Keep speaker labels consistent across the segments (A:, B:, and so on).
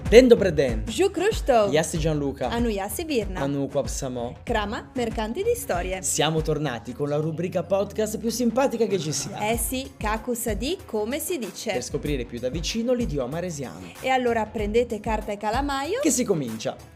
A: Den dober den.
B: Ju Krushto.
A: Yassi Gianluca.
B: Anu Yassi Virna.
A: Anu Kwapsamo.
B: Krama, mercanti di storie.
A: Siamo tornati con la rubrica podcast più simpatica che ci sia.
B: Eh sì, Kaku Sadi, come si dice.
A: Per scoprire più da vicino l'idioma resiano.
B: E allora prendete carta e calamaio.
A: Che si comincia.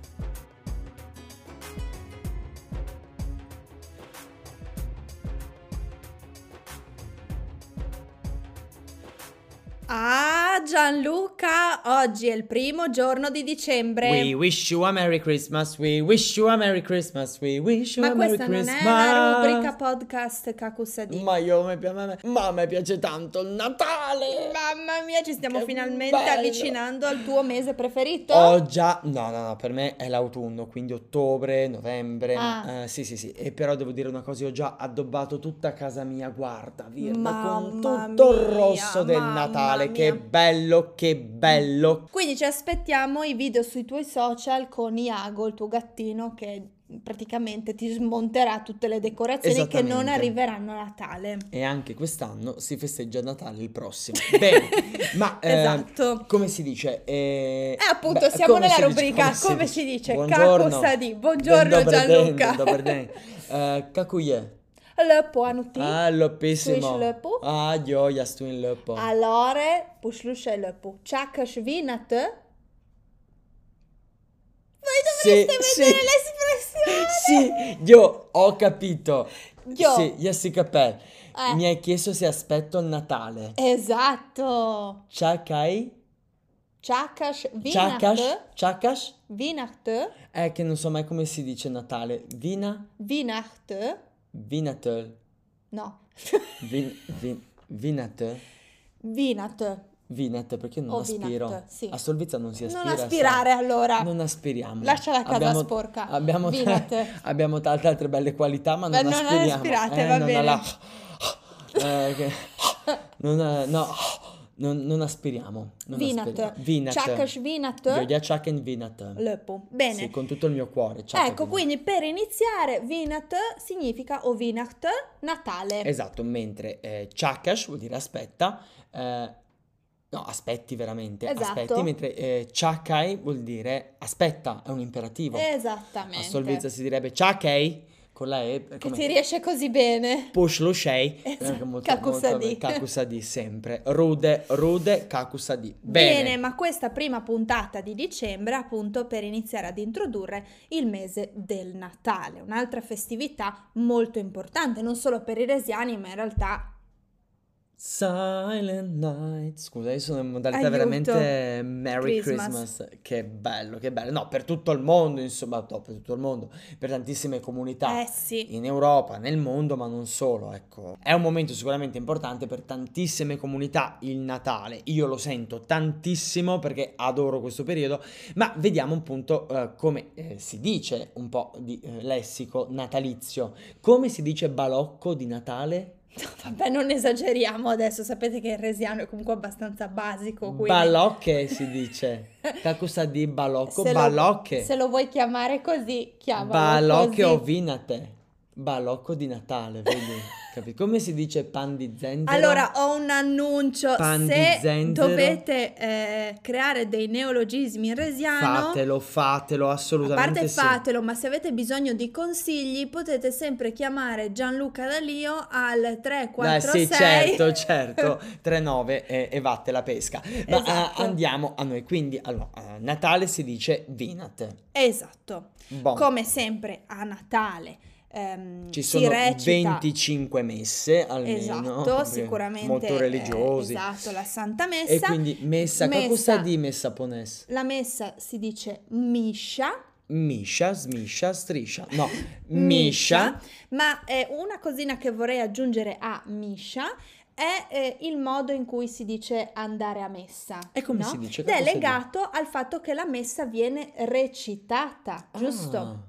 B: Ah Gianluca, oggi è il primo giorno di dicembre.
A: We wish you a Merry Christmas, we wish you a Merry Christmas, we wish you
B: Ma
A: a Merry
B: questa non
A: Christmas.
B: è la rubrica podcast Kaku Sadi.
A: Ma a me piace tanto il Natale.
B: Mamma mia, ci stiamo
A: Che
B: finalmente
A: bello.
B: avvicinando al tuo mese preferito?
A: Ho già, no, per me è l'autunno, quindi ottobre, novembre,
B: Ah.
A: sì, e però devo dire una cosa, io ho già addobbato tutta casa mia, guarda, Virna, con
B: Mamma
A: tutto il
B: mia,
A: rosso del
B: mamma
A: Natale,
B: mia.
A: che bello, che bello.
B: Quindi ci aspettiamo i video sui tuoi social con Iago, il tuo gattino, che praticamente ti smonterà tutte le decorazioni che non
A: Esattamente.
B: arriveranno a Natale.
A: E anche quest'anno si festeggia Natale il prossimo. Bene, ma
B: Esatto.
A: come si dice?
B: Appunto, siamo
A: come
B: nella
A: si dice?
B: rubrica come si dice?
A: Buongiorno.
B: Kaku Sadi. Buongiorno
A: Den dober den,
B: Gianluca.
A: den dober den. Kakuye.
B: Lepo, Anuti.
A: Ah, lopissimo.
B: Swish lepo.
A: Ah, jo, jastuin lepo.
B: Allora, pushlushe lepo. Čakaš vi na te? Voi dovreste vedere l'espressione.
A: Sì, io ho capito.
B: Io.
A: Sì, Yassi Capel. Mi hai chiesto se aspetto il Natale.
B: Esatto.
A: Čakaj?
B: Čakaš vi na te?
A: Čakaš?
B: Vi na te?
A: Che non so mai come si dice Natale. Vina?
B: Vi na te?
A: Vinatel.
B: No.
A: Vinate?
B: Vinat.
A: Vinate, perché io non
B: O
A: aspiro.
B: vinat, sì.
A: A Solvizza non si aspira.
B: Non
A: sai.
B: aspirare allora.
A: Non aspiriamo.
B: Lascia la casa sporca.
A: Abbiamo
B: Vinate.
A: abbiamo tante altre belle qualità, ma non
B: Non
A: aspiriamo.
B: aspirate, va
A: non
B: bene.
A: non aspiriamo. Non
B: Vinat.
A: aspiriamo. Vinat.
B: Čakaš vi na te?
A: Io čakam vinat.
B: Lepo. Bene.
A: Sì, con tutto il mio cuore. čakam
B: Ecco,
A: vinat.
B: quindi per iniziare, Vinat significa o Vinat Natale.
A: Esatto, mentre čakaš vuol dire aspetta, no, aspetti veramente,
B: Esatto.
A: aspetti, mentre čakaj vuol dire aspetta, è un imperativo. A
B: Esattamente.
A: Solvizza si direbbe čakaj, con la E,
B: Che
A: come
B: ti riesce così bene.
A: push lo shei,
B: Esatto, kakusadi.
A: kakusadi sempre, rude, kakusadi.
B: Bene, ma questa prima puntata di dicembre, appunto, per iniziare ad introdurre il mese del Natale, un'altra festività molto importante, non solo per i resiani, ma in realtà
A: Silent Night. Scusa, io sono in modalità
B: Aiuto.
A: veramente Merry
B: Christmas.
A: Christmas. Che bello, che bello. No, per tutto il mondo, insomma, no, per tutto il mondo, per tantissime comunità.
B: sì.
A: In Europa, nel mondo, ma non solo, ecco. È un momento sicuramente importante per tantissime comunità il Natale. Io lo sento tantissimo perché adoro questo periodo, ma vediamo appunto come si dice un po' di lessico natalizio. Come si dice balocco di Natale?
B: Vabbè, non esageriamo adesso, sapete che il resiano è comunque abbastanza basico, quindi
A: Balocche si dice. Cacusa di balocco,
B: se
A: balocche.
B: se lo vuoi chiamare così, chiamalo
A: Balocche
B: così.
A: o vinate. Balocco di Natale, vedi? Capito? Come si dice pan di zenzero?
B: Allora, ho un annuncio,
A: Pan di
B: se
A: zenzero.
B: dovete creare dei neologismi in resiano,
A: Fatelo,
B: a
A: assolutamente
B: parte
A: sì.
B: fatelo, ma se avete bisogno di consigli potete sempre chiamare Gianluca D'Alio al
A: Sì,
B: 346
A: certo, 39 e vatte la pesca. Ma
B: Esatto.
A: andiamo a noi, quindi, allora, a Natale si dice vinate.
B: Esatto.
A: Bon.
B: Come sempre a Natale
A: Ci
B: si
A: sono
B: recita
A: 25 messe almeno,
B: Esatto,
A: perché
B: sicuramente
A: molto religiosi.
B: esatto, la Santa Messa.
A: E quindi messa, cosa di messa pones?
B: La messa si dice miscia,
A: Miscia, smiscia, striscia. No, miscia.
B: ma una cosina che vorrei aggiungere a miscia è il modo in cui si dice andare a messa.
A: E come
B: no?
A: si dice?
B: Ed è
A: Cosa si
B: legato al fatto che la messa viene recitata, giusto?
A: Ah,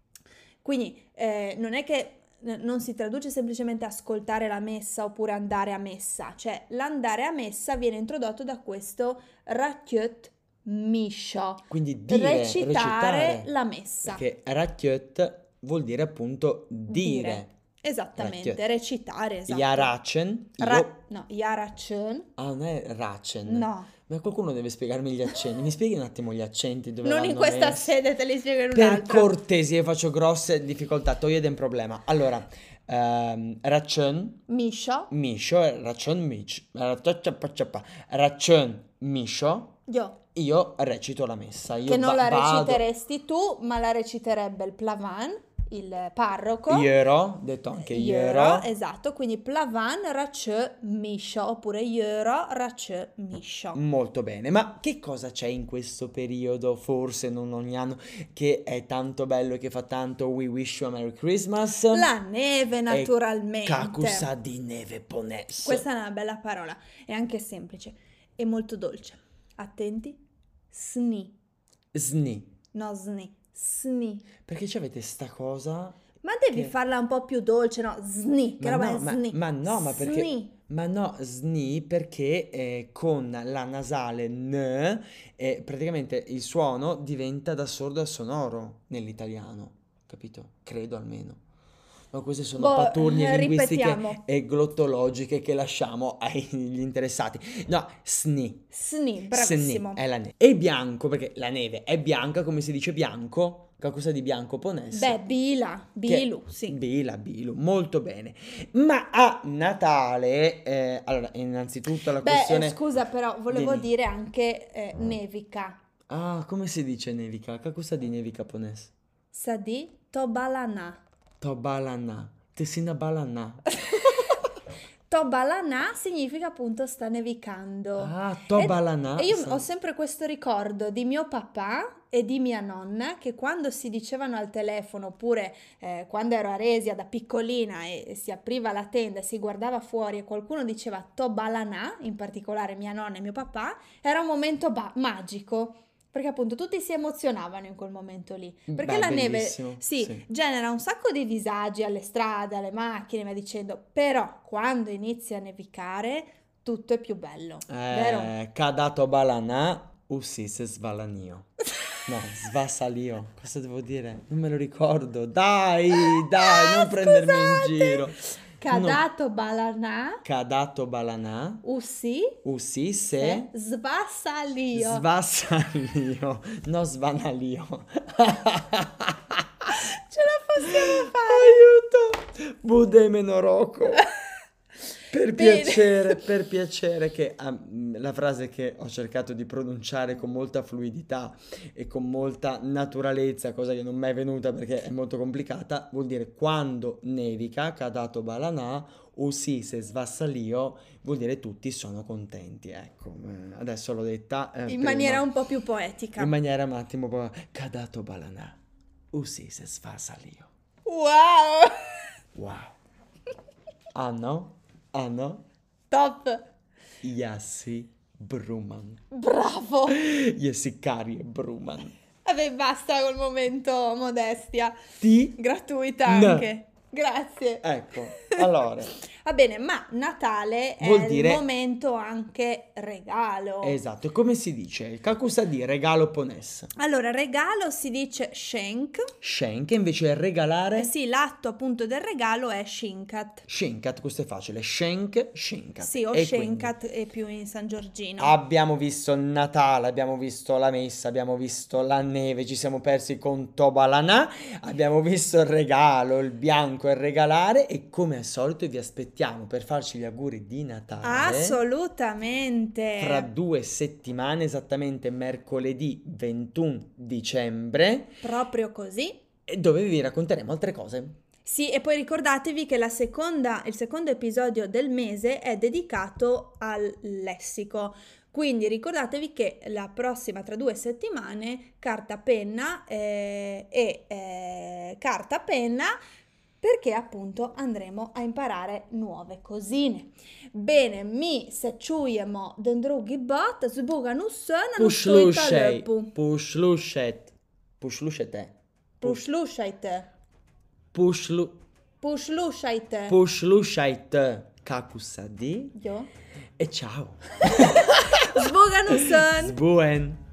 B: Quindi non è che non si traduce semplicemente ascoltare la messa oppure andare a messa, cioè l'andare a messa viene introdotto da questo racchiot miscia,
A: quindi dire,
B: recitare la messa.
A: Perché racchiot vuol dire appunto dire.
B: Esattamente,
A: Racchiot.
B: recitare, esatto.
A: Yaracen,
B: No, Yaracen.
A: non è racen.
B: No.
A: Ma qualcuno deve spiegarmi gli accenti. Mi spieghi un attimo gli accenti dove
B: Non in
A: vanno
B: questa
A: messi?
B: sede, te li spiego in
A: Per
B: un'altra.
A: cortesia, faccio grosse difficoltà, togliete un problema. Allora, raccion,
B: Misho,
A: miscio, raccion, raccion, miscio,
B: io.
A: io recito la messa.
B: Che
A: Io
B: non la
A: vado,
B: reciteresti tu, ma la reciterebbe il plavan, il parroco.
A: iero, detto anche
B: Iero,
A: iero.
B: esatto, quindi plavan race misho, oppure iero race misho.
A: Molto bene, ma che cosa c'è in questo periodo, forse non ogni anno, che è tanto bello e che fa tanto We Wish You a Merry Christmas?
B: La neve,
A: E
B: naturalmente.
A: Kakusa di neve pones.
B: Questa è una bella parola, è anche semplice e molto dolce. Attenti? Sni,
A: Sni.
B: no sni, sni.
A: Perché c'avete sta cosa?
B: Ma devi
A: Che-
B: farla un po' più dolce, no? Sni, che
A: Ma
B: roba
A: no,
B: è sni?
A: ma no, ma perché...
B: Sni.
A: Ma no, sni perché con la nasale n praticamente il suono diventa da sordo a sonoro nell'italiano, capito? Credo almeno. Ma queste sono
B: Boh,
A: paturnie linguistiche
B: ripetiamo.
A: e glottologiche che lasciamo agli interessati. No, sni.
B: Sni,
A: Sni
B: bravissimo.
A: è la neve. E bianco perché la neve è bianca, come si dice bianco? Qualcosa di bianco pones?
B: Beh, bila, bilu, sì.
A: Bilu, molto bene. Ma a Natale, allora, innanzitutto la
B: Beh,
A: questione...
B: scusa, però volevo
A: Dimmi.
B: dire anche nevica.
A: Ah, come si dice nevica? Cosa di nevica pones?
B: Sadi tobalana.
A: Tobalana. Tessina balana.
B: Tobalana significa appunto sta nevicando.
A: Ah, tobalana.
B: E io ho sempre questo ricordo di mio papà e di mia nonna che quando si dicevano al telefono, oppure quando ero a Resia da piccolina e si apriva la tenda e si guardava fuori e qualcuno diceva Tobalana, in particolare mia nonna e mio papà, era un momento magico. Perché appunto tutti si emozionavano in quel momento lì. Perché
A: Beh,
B: la neve,
A: bellissimo,
B: sì,
A: sì.
B: genera un sacco di disagi alle strade, alle macchine, via dicendo. Però quando inizia a nevicare, tutto è più bello, vero?
A: Cada tobalana, se svalanio. No, svasalio. Cosa devo dire? Non me lo ricordo. Dai, non prendermi in
B: Scusate!
A: giro.
B: Cadato balana,
A: Cadato balana,
B: usi,
A: se
B: svasalio.
A: svassalio, no svanalio.
B: Ce la possiamo fare!
A: Aiuto! Budemeno Rocco. Per
B: Bene.
A: piacere che la frase che ho cercato di pronunciare con molta fluidità e con molta naturalezza, cosa che non mi è venuta perché è molto complicata, vuol dire quando nevica, cadato balanà, usi se svassalio, vuol dire tutti sono contenti, ecco. Adesso l'ho detta
B: In
A: prima,
B: maniera un po' più poetica.
A: in maniera un attimo cadato balanà, usi se svassalio.
B: Wow!
A: Wow. Ah no? Ah no?
B: Top!
A: Jassi Bruman.
B: Bravo!
A: Jessicari Bruman.
B: Vabbè, basta col momento modestia.
A: Ti?
B: Gratuita
A: No.
B: anche. Grazie.
A: Ecco, allora,
B: Va bene, ma Natale
A: Vuol
B: è
A: dire-
B: il momento anche regalo.
A: esatto, e come si dice? Kakusa di regalo pones.
B: Allora, regalo si dice schenk.
A: Schenk invece regalare.
B: Sì, l'atto appunto del regalo è shinkat.
A: Schenkat, questo è facile. Schenkat.
B: Sì, o
A: E
B: shenkat è più in San Giorgino.
A: abbiamo visto Natale, abbiamo visto la messa, abbiamo visto la neve, ci siamo persi con Tobalana, abbiamo visto il regalo, il bianco e il regalare e come al solito vi aspettiamo per farci gli auguri di Natale.
B: Assolutamente.
A: Fra 2 settimane, esattamente mercoledì 21 dicembre,
B: Proprio così.
A: dove vi racconteremo altre cose.
B: Sì, e poi ricordatevi che il secondo episodio del mese è dedicato al lessico. Quindi ricordatevi che la prossima, tra 2 settimane, carta penna carta penna, perché appunto andremo a imparare nuove cosine. Bene, mi se čujemo den drugi bot, zbuga nussena
A: Pushlushet.
B: Pushlušajte. Pushlušajte.
A: Pushlushait. Kakusa di.
B: Jo.
A: E ciao.
B: Zbuga nussen.
A: Zbuen.